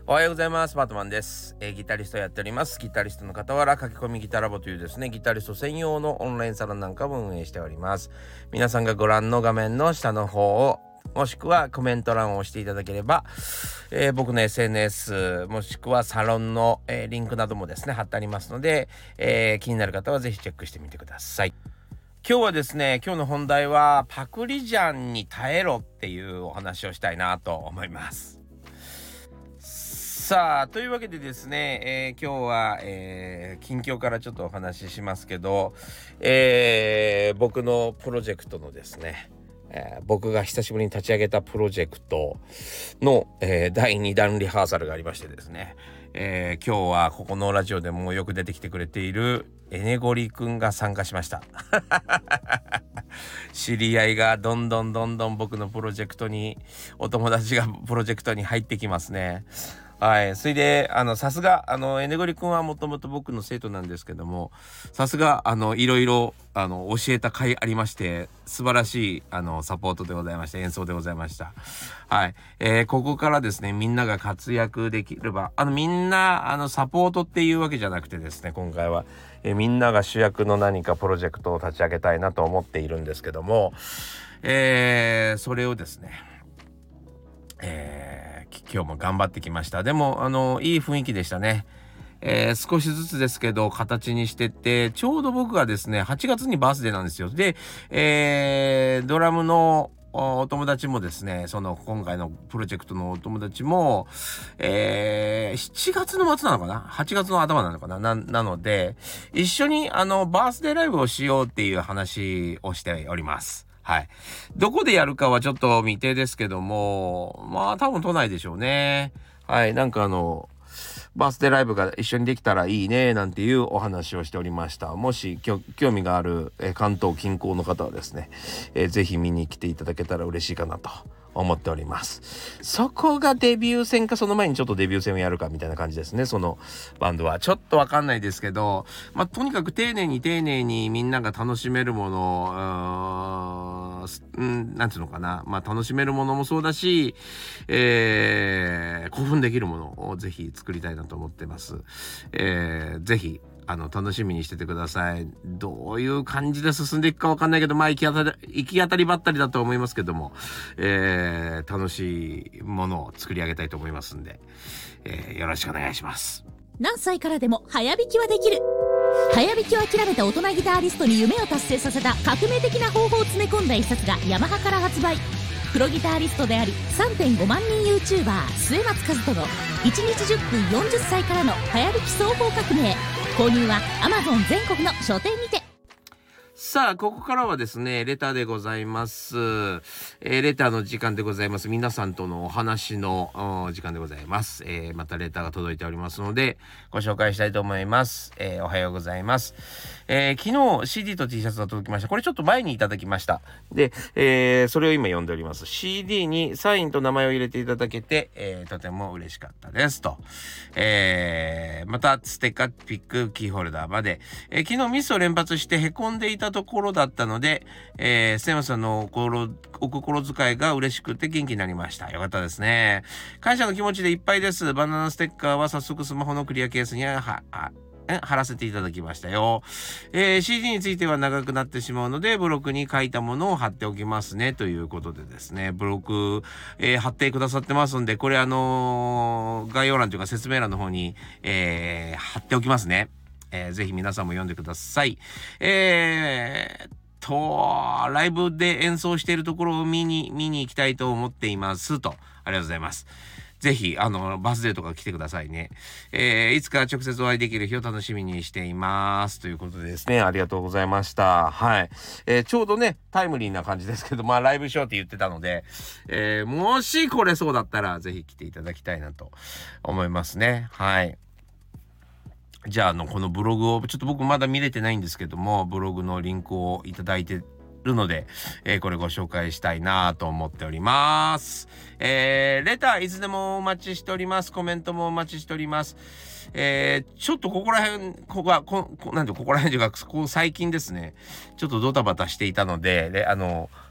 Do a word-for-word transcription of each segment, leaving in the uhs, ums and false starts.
おはようございます。バートマンです、えー、ギタリストやっております。ギタリストの傍ら駆け込みギタラボというですねギタリスト専用のオンラインサロンなんかも運営しております。皆さんがご覧の画面の下の方をもしくはコメント欄を押していただければ、えー、僕の エスエヌエス もしくはサロンの、えー、リンクなどもですね貼ってありますので、えー、気になる方はぜひチェックしてみてください。今日はですね今日の本題はパクリジャンに耐えろっていうお話をしたいなと思います。さあというわけでですね、えー、今日は、えー、近況からちょっとお話ししますけど、えー、僕のプロジェクトのですね、えー、僕が久しぶりに立ち上げたプロジェクトの、えー、だいにだんリハーサルがありましてですね、えー、今日はここのラジオでもよく出てきてくれているエネゴリくんが参加しました知り合いがどんどんどんどん僕のプロジェクトにお友達がプロジェクトに入ってきますね。はい。それで、あの、さすが、あの、エネゴリ君はもともと僕の生徒なんですけども、さすが、あの、いろいろ、あの、教えた甲斐ありまして、素晴らしい、あの、サポートでございました。演奏でございました。はい。えー、ここからですね、みんなが活躍できれば、あの、みんな、あの、サポートっていうわけじゃなくてですね、今回は、えー、みんなが主役の何かプロジェクトを立ち上げたいなと思っているんですけども、えー、それをですね、えー今日も頑張ってきました。でもあのいい雰囲気でしたね。えー、少しずつですけど形にしてって、ちょうど僕がですねはちがつにバースデーなんですよ。で、えー、ドラムのお友達もですね、その今回のプロジェクトのお友達も、えー、しちがつの末なのかな ?はち 月の頭なのかな な, なので、一緒にあのバースデーライブをしようっていう話をしております。はい。どこでやるかはちょっと未定ですけども、まあ多分都内でしょうね。はい。なんかあの、バースデーライブが一緒にできたらいいねなんていうお話をしておりました。もし興味がある、えー、関東近郊の方はですね、えー、ぜひ見に来ていただけたら嬉しいかなと思っております。そこがデビュー戦か、その前にちょっとデビュー戦をやるかみたいな感じですね。そのバンドはちょっとわかんないですけど、まあとにかく丁寧に丁寧にみんなが楽しめるもの、うん、なんていうのかな、まあ楽しめるものもそうだし、えー、興奮できるものをぜひ作りたいなと思ってます。えー、ぜひあの楽しみにしててください。どういう感じで進んでいくかわかんないけど、まあ行き当たり行き当たりばったりだと思いますけども、えー、楽しいものを作り上げたいと思いますんで、えー、よろしくお願いします。 何歳からでも早弾きはできる。早弾きを諦めた大人ギタリストに夢を達成させた革命的な方法を詰め込んだ一冊がヤマハから発売。プロギタリストであり さんてんご 万人 YouTuber 末松和人のいちにちじゅっぷんよんじゅっさいからの早弾き総合革命。購入は Amazon 全国の書店にて。 さあここからはですねレターでございます、えー、レターの時間でございます。皆さんとのお話の時間でございます、えー、またレターが届いておりますのでご紹介したいと思います、えー、おはようございます、えー、昨日 シーディー と T シャツが届きました。これちょっと前にいただきましたで、えー、それを今読んでおります。 シーディー にサインと名前を入れていただけて、えー、とても嬉しかったですと、えー、またステッカー、ピック、キーホルダーまで、えー、昨日ミスを連発してへこんでいたところだったので、えー、瀬山さんのお心お心遣いが嬉しくて元気になりました。よかったですね。感謝の気持ちでいっぱいです。バナナステッカーは早速スマホのクリアケースにはは貼らせていただきましたよ。えー、シーディー については長くなってしまうのでブログに書いたものを貼っておきますねということでですね、ブログ、えー、貼ってくださってますんで、これあのー、概要欄というか説明欄の方に、えー、貼っておきますね。えー、ぜひ皆さんも読んでください。えーとライブで演奏しているところを見に見に行きたいと思っていますと。ありがとうございます。ぜひあのバースデーとか来てくださいね。えー、いつか直接お会いできる日を楽しみにしていますということでですね、ありがとうございました。はい、えー、ちょうどねタイムリーな感じですけど、まあライブしようって言ってたので、えー、もしこれそうだったらぜひ来ていただきたいなと思いますね。はい。じゃあ、あの、このブログを、ちょっと僕まだ見れてないんですけども、ブログのリンクをいただいてるので、えー、これご紹介したいなと思っております。えー、レターいつでもお待ちしております。コメントもお待ちしております。えー、ちょっとここら辺、ここが、ここなんでここら辺というか、こう最近ですね、ちょっとドタバタしていたので、で、あの、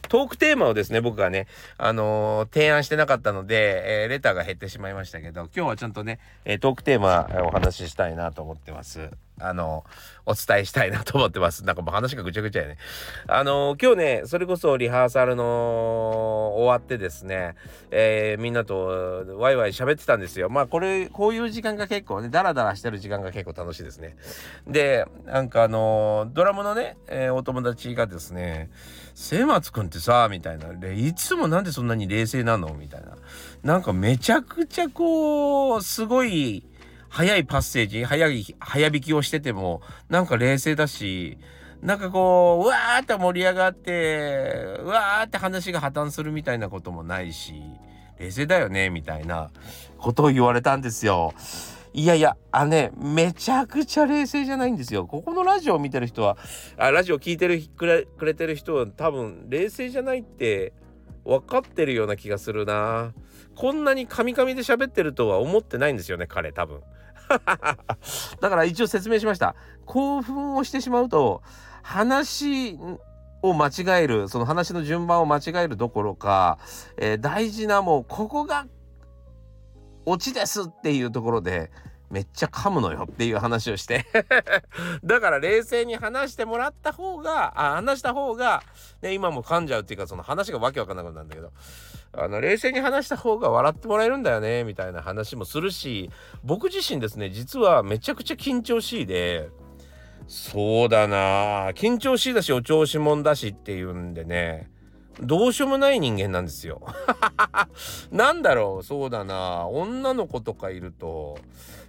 トークテーマをですね僕がねあのー、提案してなかったので、えー、レターが減ってしまいましたけど、今日はちゃんとね、えー、トークテーマお話ししたいなと思ってます。あのお伝えしたいなと思ってます。なんかもう話がぐちゃぐちゃやね。あの今日ねそれこそリハーサルの終わってですね、えー、みんなとワイワイ喋ってたんですよ。まあこれこういう時間が結構ねダラダラしてる時間が結構楽しいですね。でなんかあのドラムのね、えー、お友達がですね、末松くんってさみたいな、でいつもなんでそんなに冷静なのみたいな、なんかめちゃくちゃこうすごい早いパッセージ、早い早弾きをしててもなんか冷静だし、なんかこううわーって盛り上がってうわーって話が破綻するみたいなこともないし、冷静だよねみたいなことを言われたんですよ。いやいやあのねめちゃくちゃ冷静じゃないんですよ。ここのラジオを見てる人はあラジオ聞いてるくれ、くれてる人は多分冷静じゃないって分かってるような気がするな。こんなにカミカミで喋ってるとは思ってないんですよね彼多分だから一応説明しました。興奮をしてしまうと話を間違える、その話の順番を間違えるどころか、えー、大事なもうここがオチですっていうところでめっちゃ噛むのよっていう話をしてだから冷静に話してもらった方があ話した方が、ね、今も噛んじゃうっていうか、その話がわけわかんなくなるんだけど、あの冷静に話した方が笑ってもらえるんだよねみたいな話もするし、僕自身ですね実はめちゃくちゃ緊張しいで、そうだな緊張しいだしお調子者だしっていうんでね、どうしようもない人間なんですよなんだろう、そうだな女の子とかいると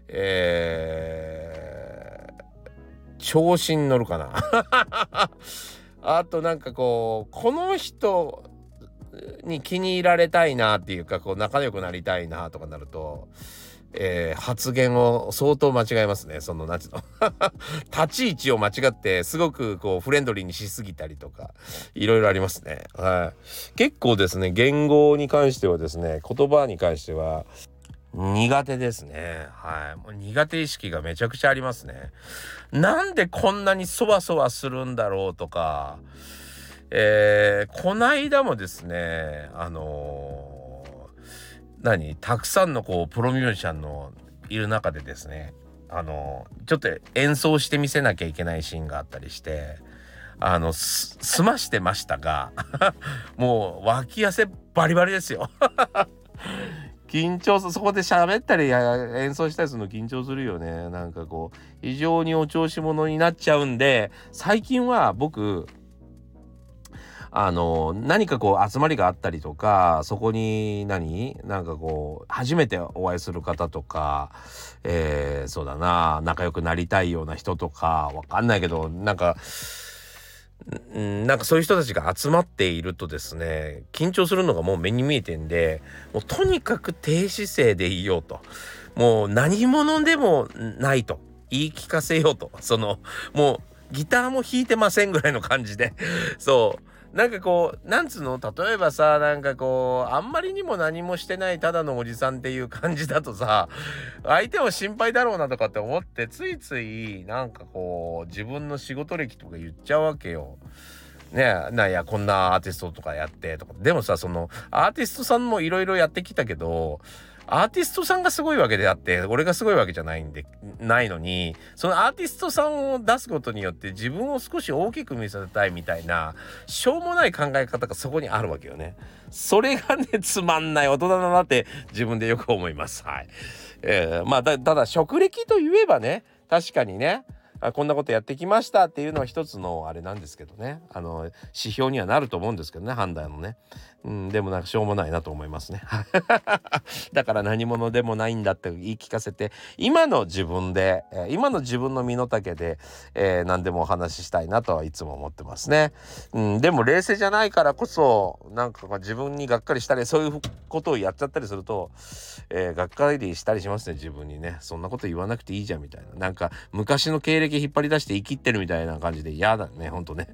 えー、調子に乗るかなあとなんかこうこの人に気に入られたいなっていうか、こう仲良くなりたいなとかなると、えー、発言を相当間違えますね。そのなんつうの立ち位置を間違ってすごくこうフレンドリーにしすぎたりとかいろいろありますね。はい、結構ですね言語に関してはですね、言葉に関しては苦手ですね。はい、もう苦手意識がめちゃくちゃありますね。なんでこんなにそわそわするんだろうとか、えー、こないだもですねあのー何たくさんのこうプロミュージシャンのいる中でですね、あのちょっと演奏してみせなきゃいけないシーンがあったりして、あのす済ましてましたがもう脇汗バリバリですよ緊張す、そこで喋ったり演奏したりするの緊張するよね。なんかこう非常にお調子者になっちゃうんで、最近は僕あの何かこう集まりがあったりとか、そこに何なんかこう初めてお会いする方とか、えー、そうだな仲良くなりたいような人とかわかんないけど、なんかんなんかそういう人たちが集まっているとですね、緊張するのがもう目に見えてんで、もうとにかく低姿勢でいようと、もう何者でもないと言い聞かせようと、そのもうギターも弾いてませんぐらいの感じでそうなんかこうなんつうの、例えばさなんかこうあんまりにも何もしてないただのおじさんっていう感じだとさ、相手も心配だろうなとかって思ってついついなんかこう自分の仕事歴とか言っちゃうわけよ。ねえなんやこんなアーティストとかやってとか。でもさそのアーティストさんもいろいろやってきたけど、アーティストさんがすごいわけであって俺がすごいわけじゃないんでないのに、そのアーティストさんを出すことによって自分を少し大きく見せたいみたいなしょうもない考え方がそこにあるわけよね。それがねつまんない大人だなって自分でよく思います。はい、えー、まあただ職歴といえばね確かにねあこんなことやってきましたっていうのは一つのあれなんですけどね、あの指標にはなると思うんですけどね、判断のね、うん、でもなんかしょうもないなと思いますねだから何者でもないんだって言い聞かせて、今の自分で、えー、今の自分の身の丈で、えー、何でもお話ししたいなとはいつも思ってますね、うん、でも冷静じゃないからこそなんか自分にがっかりしたりそういうことをやっちゃったりすると、えー、がっかりしたりしますね自分にね。そんなこと言わなくていいじゃんみたいな、なんか昔の経歴引っ張り出して生きってるみたいな感じで嫌だねほんとね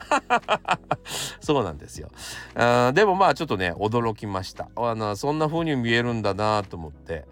そうなんですよ。あでもまあちょっとね驚きました。あのそんな風に見えるんだなと思って、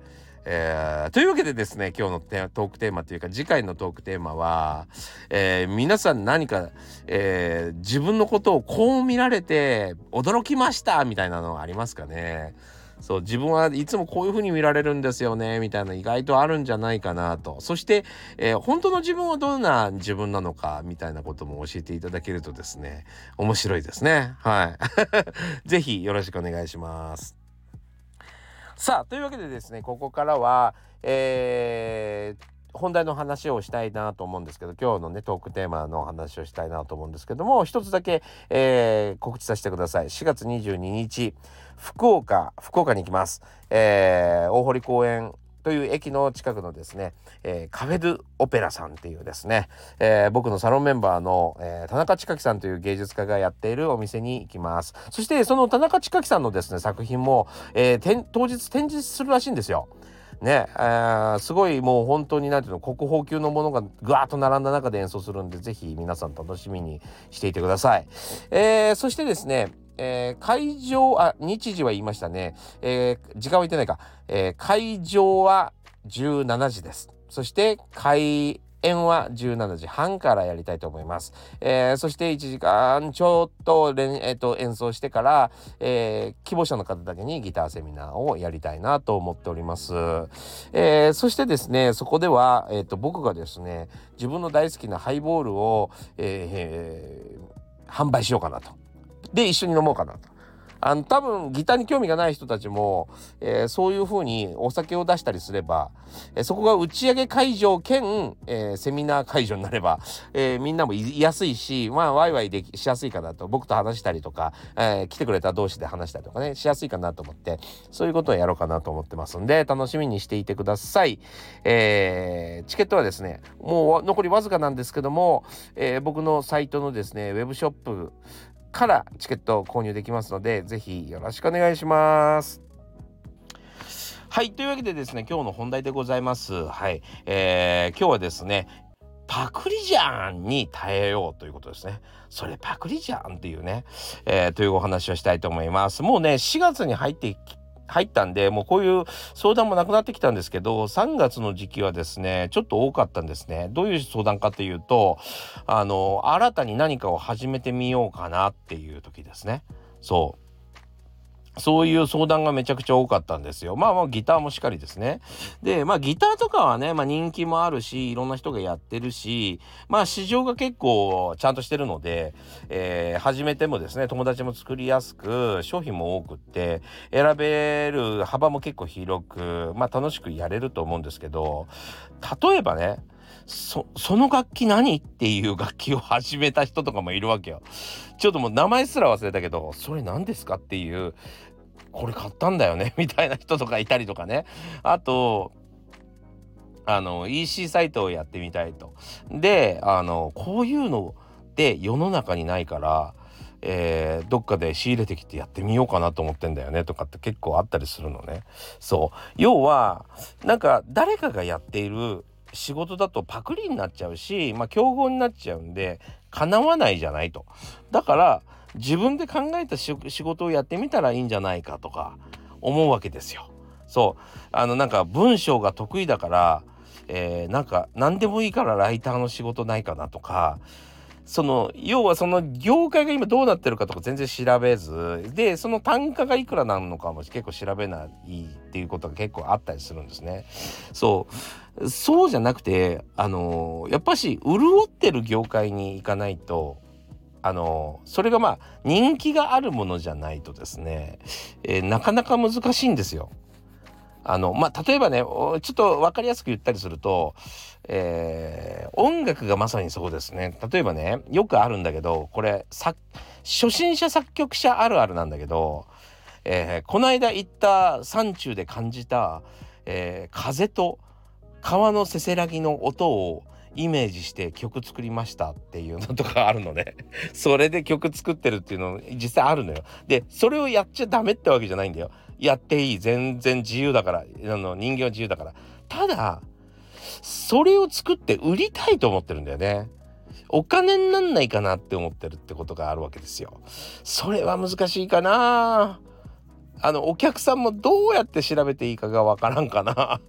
えー、というわけでですね、今日のテトークテーマというか次回のトークテーマは、えー、皆さん何か、えー、自分のことをこう見られて驚きましたみたいなのはありますかね。そう、自分はいつもこういう風に見られるんですよねみたいな、意外とあるんじゃないかなと。そして、えー、本当の自分はどんな自分なのかみたいなことも教えていただけるとですね、面白いですね。はいぜひよろしくお願いします。さあ、というわけでですね、ここからは、えー、本題の話をしたいなと思うんですけど、今日のねトークテーマの話をしたいなと思うんですけども、一つだけ、えー、告知させてください。しがつにじゅうににち、福岡福岡に行きます。えー、大堀公園という駅の近くのですね、えー、カフェドゥオペラさんっていうですね、えー、僕のサロンメンバーの、えー、田中千佳さんという芸術家がやっているお店に行きます。そしてその田中千佳さんのですね作品も、えー、当日展示するらしいんですよ。ね、えー、すごいもう本当になんていうの、国宝級のものがぐわーっと並んだ中で演奏するんで、ぜひ皆さん楽しみにしていてください。えー、そしてですね、えー、会場あ日時は言いましたね、えー、時間は言ってないか、えー、会場はじゅうしちじです。そして開演はじゅうしちじはんからやりたいと思います。えー、そしていちじかんちょっと連、えー、と演奏してから、えー、希望者の方だけにギターセミナーをやりたいなと思っております。えー、そしてですね、そこでは、えー、と僕がですね、自分の大好きなハイボールを、えー、販売しようかなと。で、一緒に飲もうかなと。あの多分ギターに興味がない人たちも、えー、そういう風にお酒を出したりすれば、えー、そこが打ち上げ会場兼、えー、セミナー会場になれば、えー、みんなも居やすいし、まあワイワイできしやすいかなと、僕と話したりとか、えー、来てくれた同士で話したりとかね、しやすいかなと思って、そういうことをやろうかなと思ってますんで、楽しみにしていてください。えー、チケットはですね、もう残りわずかなんですけども、えー、僕のサイトのですねウェブショップからチケットを購入できますので、ぜひよろしくお願いします。はい、というわけでですね、今日の本題でございます。はい、えー、今日はですね、パクリじゃんに耐えようということですね。それパクリじゃんっていうね、えー、というお話をしたいと思います。もうね、しがつに入って入ったんで、もうこういう相談もなくなってきたんですけど、さんがつの時期はですねちょっと多かったんですね。どういう相談かというと、あの新たに何かを始めてみようかなっていう時ですね。そうそういう相談がめちゃくちゃ多かったんですよ。まあまあギターもしっかりですね。で、まあギターとかはね、まあ人気もあるし、いろんな人がやってるし、まあ市場が結構ちゃんとしてるので、えー、始めてもですね、友達も作りやすく、商品も多くって、選べる幅も結構広く、まあ楽しくやれると思うんですけど、例えばね、そ, その楽器何っていう楽器を始めた人とかもいるわけよ。ちょっともう名前すら忘れたけど、それ何ですかっていう、これ買ったんだよねみたいな人とかいたりとかね。あとあの イーシー サイトをやってみたいと。で、あのこういうので世の中にないから、えー、どっかで仕入れてきてやってみようかなと思ってんだよねとかって結構あったりするのね。そう、要はなんか誰かがやっている仕事だとパクリになっちゃうし、まあ競合になっちゃうんで叶わないじゃないと。だから自分で考えた仕事をやってみたらいいんじゃないかとか思うわけですよ。そうあのなんか文章が得意だから、えー、なんか何でもいいからライターの仕事ないかなとか、その要はその業界が今どうなってるかとか全然調べずで、その単価がいくらなのかも結構調べないっていうことが結構あったりするんですね。そうそうじゃなくて、あのー、やっぱし潤ってる業界に行かないと、あのそれがまあ人気があるものじゃないとですね、えー、なかなか難しいんですよ。あのまあ例えばね、ちょっと分かりやすく言ったりすると、えー、音楽がまさにそうですね。例えばね、よくあるんだけど、これ作初心者作曲者あるあるなんだけど、えー、この間行った山中で感じた、えー、風と川のせせらぎの音をイメージして曲作りましたっていうのとかあるのねそれで曲作ってるっていうの実際あるのよ。でそれをやっちゃダメってわけじゃないんだよ。やっていい、全然自由だから、あの人間は自由だから。ただそれを作って売りたいと思ってるんだよね。お金になんないかなって思ってるってことがあるわけですよ。それは難しいかな。あのお客さんもどうやって調べていいかがわからんかな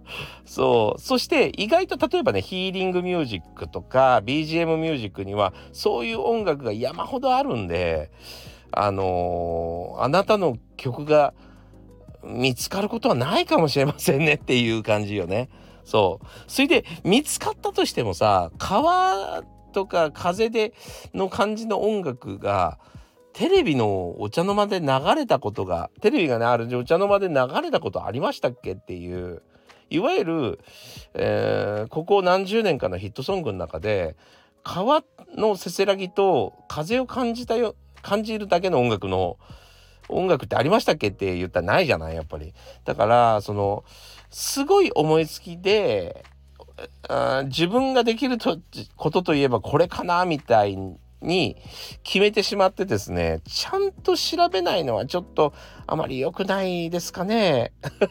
そうそして意外と例えばねヒーリングミュージックとか ビージーエム ミュージックにはそういう音楽が山ほどあるんで、あのー、あなたの曲が見つかることはないかもしれませんねっていう感じよね。そうそれで見つかったとしてもさ、川とか風での感じの音楽がテレビのお茶の間で流れたことが、テレビがねあるお茶の間で流れたことありましたっけっていう、いわゆる、えー、ここ何十年かのヒットソングの中で川のせせらぎと風を感じたよ感じるだけの音楽の音楽ってありましたっけって言ったらないじゃないやっぱり。だからそのすごい思いつきであ自分ができるとことといえばこれかなみたいに決めてしまってですね、ちゃんと調べないのはちょっとあまり良くないですかね。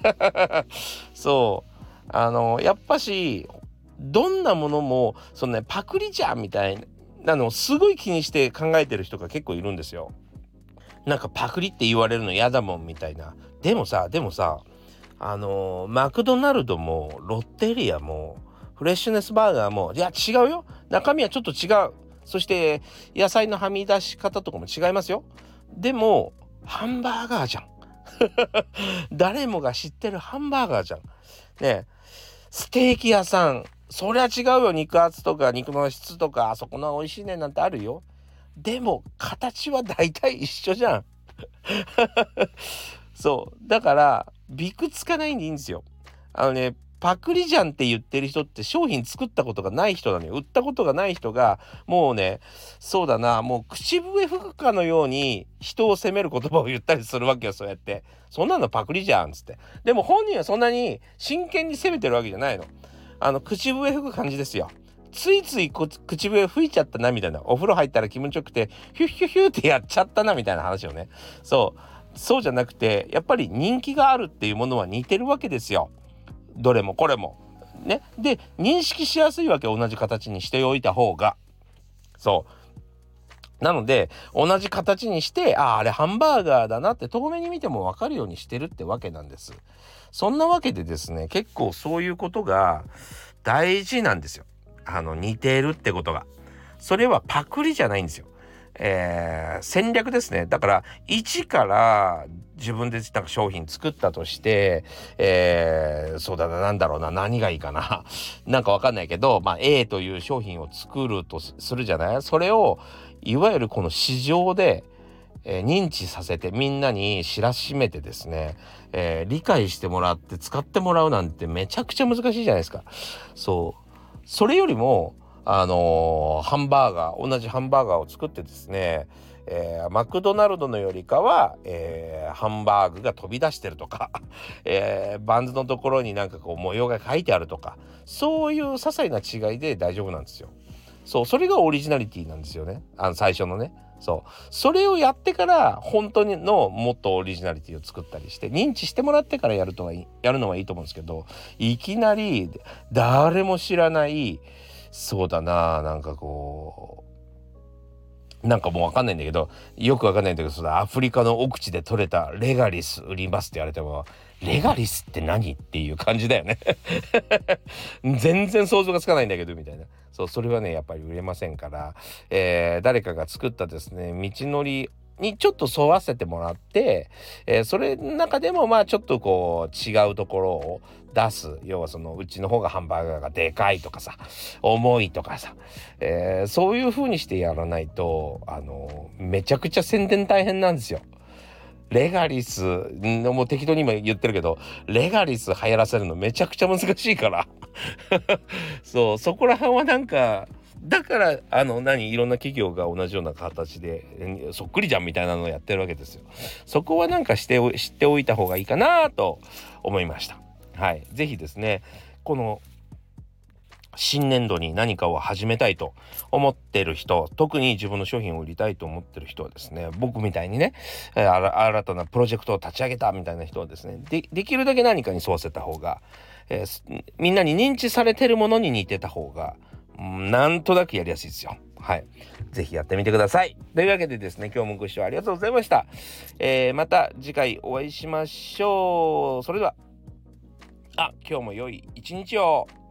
そうあのやっぱしどんなものもそのねパクリじゃんみたいなのをすごい気にして考えてる人が結構いるんですよ。なんかパクリって言われるの嫌だもんみたいな。でもさでもさあのー、マクドナルドもロッテリアもフレッシュネスバーガーもいや違うよ、中身はちょっと違う、そして野菜のはみ出し方とかも違いますよ。でもハンバーガーじゃん。誰もが知ってるハンバーガーじゃんね。ステーキ屋さんそりゃ違うよ、肉厚とか肉の質とかあそこの美味しいねなんてあるよ。でも形は大体一緒じゃん。そうだからびくつかないんでいいんですよ。あのねパクリじゃんって言ってる人って商品作ったことがない人なのよ。売ったことがない人がもうねそうだなもう口笛吹くかのように人を責める言葉を言ったりするわけよ。そうやってそんなのパクリじゃんっつって。でも本人はそんなに真剣に責めてるわけじゃないの。あの口笛吹く感じですよ。ついついこ口笛吹いちゃったなみたいな、お風呂入ったら気持ちよくてヒュッヒュッヒュッってやっちゃったなみたいな話をね。そうそうじゃなくてやっぱり人気があるっていうものは似てるわけですよ、どれもこれもね。で認識しやすいわけ、同じ形にしておいた方が。そうなので同じ形にしてあああれハンバーガーだなって遠目に見ても分かるようにしてるってわけなんです。そんなわけでですね結構そういうことが大事なんですよ。あの似てるってことが、それはパクリじゃないんですよ。えー、戦略ですね。だから一から自分でなんか商品作ったとして、えー、そうだななんだろうな何がいいかななんかわかんないけど、まあ A という商品を作るとするじゃない。それをいわゆるこの市場で、えー、認知させてみんなに知らしめてですね、えー、理解してもらって使ってもらうなんてめちゃくちゃ難しいじゃないですか。そうそれよりもあのー、ハンバーガー同じハンバーガーを作ってですね、えー、マクドナルドのよりかは、えー、ハンバーグが飛び出してるとか、えー、バンズのところになんかこう模様が書いてあるとか、そういう些細な違いで大丈夫なんですよ。そうそれがオリジナリティなんですよね、あの最初のね。そうそれをやってから本当にのもっとオリジナリティを作ったりして認知してもらってからやるとはいいやるのはいいと思うんですけど、いきなり誰も知らないそうだななんかこうなんかもうわかんないんだけどよくわかんないんだけど、そのアフリカの奥地で採れたレガリス売りますって言われてもレガリスって何っていう感じだよね。全然想像がつかないんだけどみたいな。そうそれはねやっぱり売れませんから、えー、誰かが作ったですね道のりにちょっと沿わせてもらって、えー、それの中でもまあちょっとこう違うところを出す、要はそのうちの方がハンバーガーがでかいとかさ重いとかさ、えー、そういう風にしてやらないとあのめちゃくちゃ宣伝大変なんですよ。レガリスもう適当に今言ってるけどレガリス流行らせるのめちゃくちゃ難しいからそうそこら辺はなんかだからあの何いろんな企業が同じような形でそっくりじゃんみたいなのをやってるわけですよ。そこはなんかしてお知っておいた方がいいかなと思いました。はい、ぜひですねこの新年度に何かを始めたいと思ってる人、特に自分の商品を売りたいと思ってる人はですね、僕みたいにね、えー、新たなプロジェクトを立ち上げたみたいな人はですね、で、できるだけ何かに沿わせた方が、えー、みんなに認知されてるものに似てた方が、うん、なんとなくやりやすいですよ。はい。ぜひやってみてください。というわけでですね、今日もご視聴ありがとうございました。えー、また次回お会いしましょう。それでは。 あ、今日も良い一日を。